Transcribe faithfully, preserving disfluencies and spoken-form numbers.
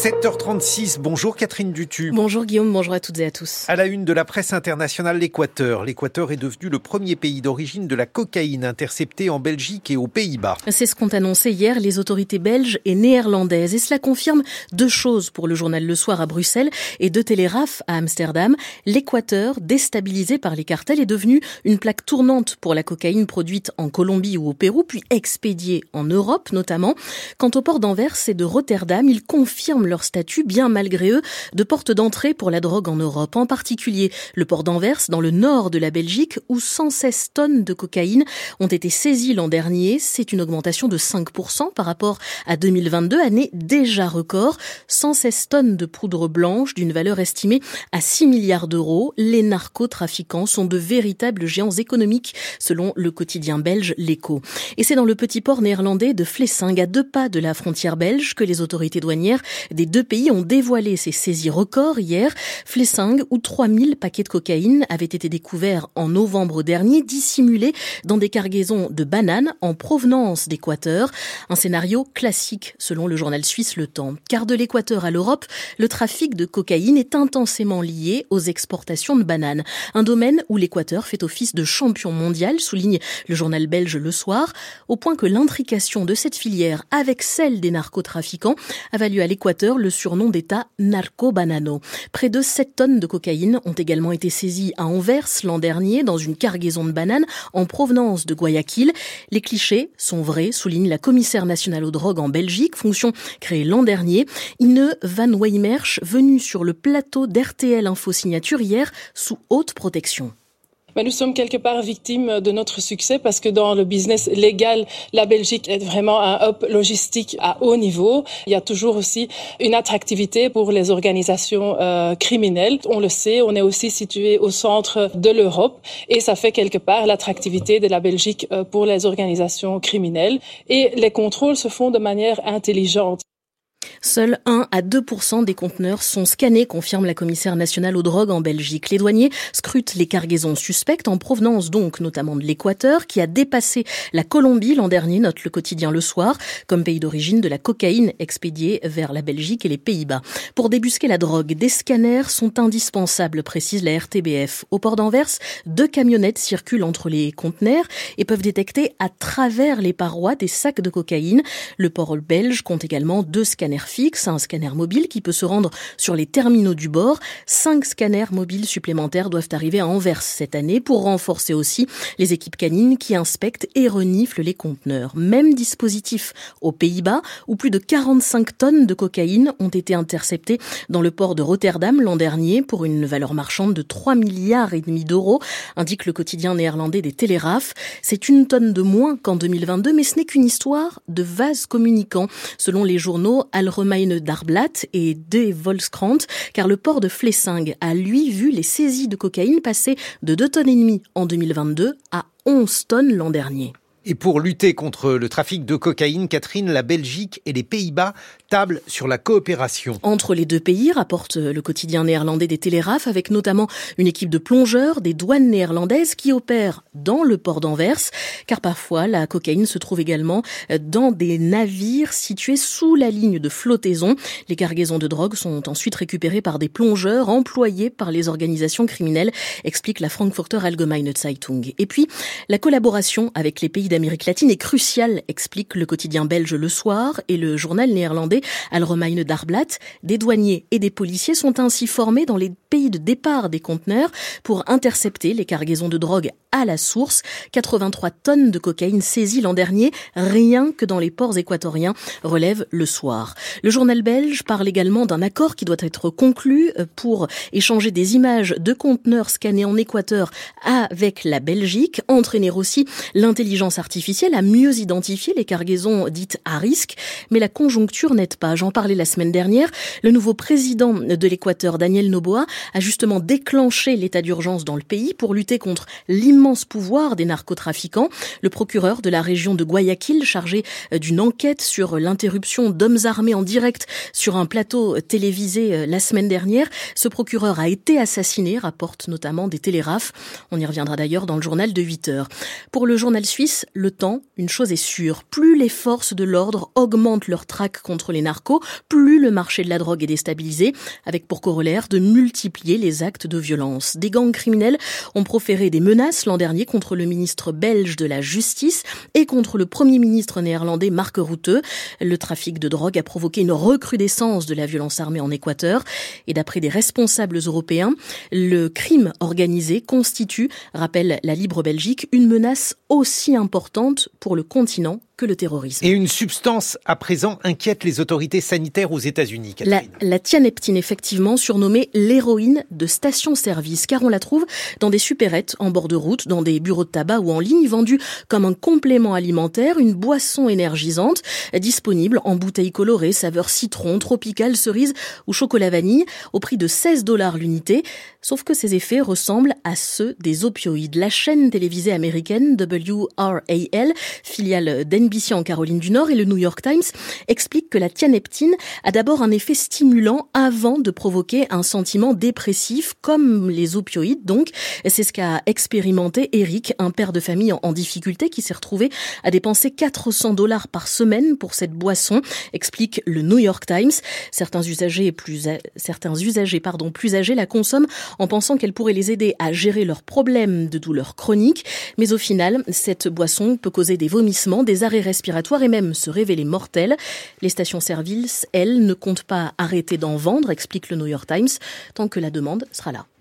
sept heures trente-six, bonjour Catherine Dutu. Bonjour Guillaume, bonjour à toutes et à tous. À la une de la presse internationale, l'Équateur. L'Équateur est devenu le premier pays d'origine de la cocaïne interceptée en Belgique et aux Pays-Bas. C'est ce qu'ont annoncé hier les autorités belges et néerlandaises. Et cela confirme deux choses pour le journal Le Soir à Bruxelles et de Télégraphe à Amsterdam. L'Équateur, déstabilisé par les cartels, est devenu une plaque tournante pour la cocaïne produite en Colombie ou au Pérou, puis expédiée en Europe notamment. Quant au port d'Anvers et de Rotterdam, ils confirment leur statut, bien malgré eux, de porte d'entrée pour la drogue en Europe. En particulier le port d'Anvers, dans le nord de la Belgique, où cent seize tonnes de cocaïne ont été saisies l'an dernier. C'est une augmentation de cinq pour cent par rapport à deux mille vingt-deux, année déjà record. cent seize tonnes de poudre blanche d'une valeur estimée à six milliards d'euros. Les narcotrafiquants sont de véritables géants économiques, selon le quotidien belge L'Écho. Et c'est dans le petit port néerlandais de Vlissingen, à deux pas de la frontière belge, que les autorités douanières des deux pays ont dévoilé ces saisies records hier. Vlissingen, où trois mille paquets de cocaïne avaient été découverts en novembre dernier, dissimulés dans des cargaisons de bananes en provenance d'Équateur. Un scénario classique, selon le journal suisse Le Temps. Car de l'Équateur à l'Europe, le trafic de cocaïne est intensément lié aux exportations de bananes. Un domaine où l'Équateur fait office de champion mondial, souligne le journal belge Le Soir, au point que l'intrication de cette filière avec celle des narcotrafiquants a valu à l'Équateur le surnom d'État narco-banano. Près de sept tonnes de cocaïne ont également été saisies à Anvers l'an dernier dans une cargaison de bananes en provenance de Guayaquil. Les clichés sont vrais, souligne la commissaire nationale aux drogues en Belgique, fonction créée l'an dernier. Ine van Weimersch, venue sur le plateau d'R T L Info Signature hier sous haute protection. Mais nous sommes quelque part victimes de notre succès parce que dans le business légal, la Belgique est vraiment un hub logistique à haut niveau. Il y a toujours aussi une attractivité pour les organisations euh, criminelles. On le sait, on est aussi situé au centre de l'Europe et ça fait quelque part l'attractivité de la Belgique euh, pour les organisations criminelles. Et les contrôles se font de manière intelligente. Seuls un à deux pour cent des conteneurs sont scannés, confirme la commissaire nationale aux drogues en Belgique. Les douaniers scrutent les cargaisons suspectes en provenance donc notamment de l'Équateur qui a dépassé la Colombie l'an dernier, note le quotidien Le Soir, comme pays d'origine de la cocaïne expédiée vers la Belgique et les Pays-Bas. Pour débusquer la drogue, des scanners sont indispensables, précise la R T B F. Au port d'Anvers, deux camionnettes circulent entre les conteneurs et peuvent détecter à travers les parois des sacs de cocaïne. Le port belge compte également deux scanners fixe, un scanner mobile qui peut se rendre sur les terminaux du bord. Cinq scanners mobiles supplémentaires doivent arriver à Anvers cette année pour renforcer aussi les équipes canines qui inspectent et reniflent les conteneurs. Même dispositif aux Pays-Bas où plus de quarante-cinq tonnes de cocaïne ont été interceptées dans le port de Rotterdam l'an dernier pour une valeur marchande de trois milliards et demi d'euros, indique le quotidien néerlandais des Télégraphes. C'est une tonne de moins qu'en deux mille vingt-deux, mais ce n'est qu'une histoire de vase communicant, selon les journaux Algemene Dagblad et De Volkskrant, car le port de Vlissingen a lui vu les saisies de cocaïne passer de deux tonnes et demie en deux mille vingt-deux à onze tonnes l'an dernier. Et pour lutter contre le trafic de cocaïne, Catherine, la Belgique et les Pays-Bas tablent sur la coopération. Entre les deux pays, rapporte le quotidien néerlandais des Télégraphes, avec notamment une équipe de plongeurs des douanes néerlandaises qui opèrent dans le port d'Anvers, car parfois la cocaïne se trouve également dans des navires situés sous la ligne de flottaison. Les cargaisons de drogue sont ensuite récupérées par des plongeurs employés par les organisations criminelles, explique la Frankfurter Allgemeine Zeitung. Et puis, la collaboration avec les pays d'Amérique latine est cruciale, explique le quotidien belge Le Soir et le journal néerlandais Algemene Dagblad. Des douaniers et des policiers sont ainsi formés dans les pays de départ des conteneurs pour intercepter les cargaisons de drogue à la source. quatre-vingt-trois tonnes de cocaïne saisies l'an dernier, rien que dans les ports équatoriens, relève Le Soir. Le journal belge parle également d'un accord qui doit être conclu pour échanger des images de conteneurs scannés en Équateur avec la Belgique, entraîner aussi l'intelligence artificielle à mieux identifier les cargaisons dites à risque. Mais la conjoncture n'aide pas. J'en parlais la semaine dernière. Le nouveau président de l'Équateur, Daniel Noboa, a justement déclenché l'état d'urgence dans le pays pour lutter contre l'immense pouvoir des narcotrafiquants. Le procureur de la région de Guayaquil, chargé d'une enquête sur l'interruption d'hommes armés en direct sur un plateau télévisé la semaine dernière, ce procureur a été assassiné, rapporte notamment des Télégraphes. On y reviendra d'ailleurs dans le journal de huit heures. Pour le journal suisse, le temps, une chose est sûre, plus les forces de l'ordre augmentent leur traque contre les narcos, plus le marché de la drogue est déstabilisé, avec pour corollaire de multiplier les actes de violence. Des gangs criminels ont proféré des menaces l'an dernier contre le ministre belge de la Justice et contre le Premier ministre néerlandais Mark Rutte. Le trafic de drogue a provoqué une recrudescence de la violence armée en Équateur. Et d'après des responsables européens, le crime organisé constitue, rappelle la Libre Belgique, une menace aussi importante pour le continent que le terrorisme. Et une substance à présent inquiète les autorités sanitaires aux États-Unis. La, la thianeptine, effectivement, surnommée l'héroïne de station-service, car on la trouve dans des supérettes en bord de route, dans des bureaux de tabac ou en ligne, vendue comme un complément alimentaire, une boisson énergisante, disponible en bouteilles colorées, saveur citron, tropicale, cerise ou chocolat vanille, au prix de seize dollars l'unité. Sauf que ces effets ressemblent à ceux des opioïdes. La chaîne télévisée américaine W R A L, filiale d'N B C en Caroline du Nord, et le New York Times expliquent que la thianeptine a d'abord un effet stimulant avant de provoquer un sentiment dépressif, comme les opioïdes donc. C'est ce qu'a expérimenté Eric, un père de famille en difficulté qui s'est retrouvé à dépenser quatre cents dollars par semaine pour cette boisson, explique le New York Times. Certains usagers plus, certains usagers, pardon, plus âgés la consomment en pensant qu'elle pourrait les aider à gérer leurs problèmes de douleurs chroniques. Mais au final, cette boisson peut causer des vomissements, des arrêts respiratoires et même se révéler mortelle. Les stations-service, elles, ne comptent pas arrêter d'en vendre, explique le New York Times, tant que la demande sera là.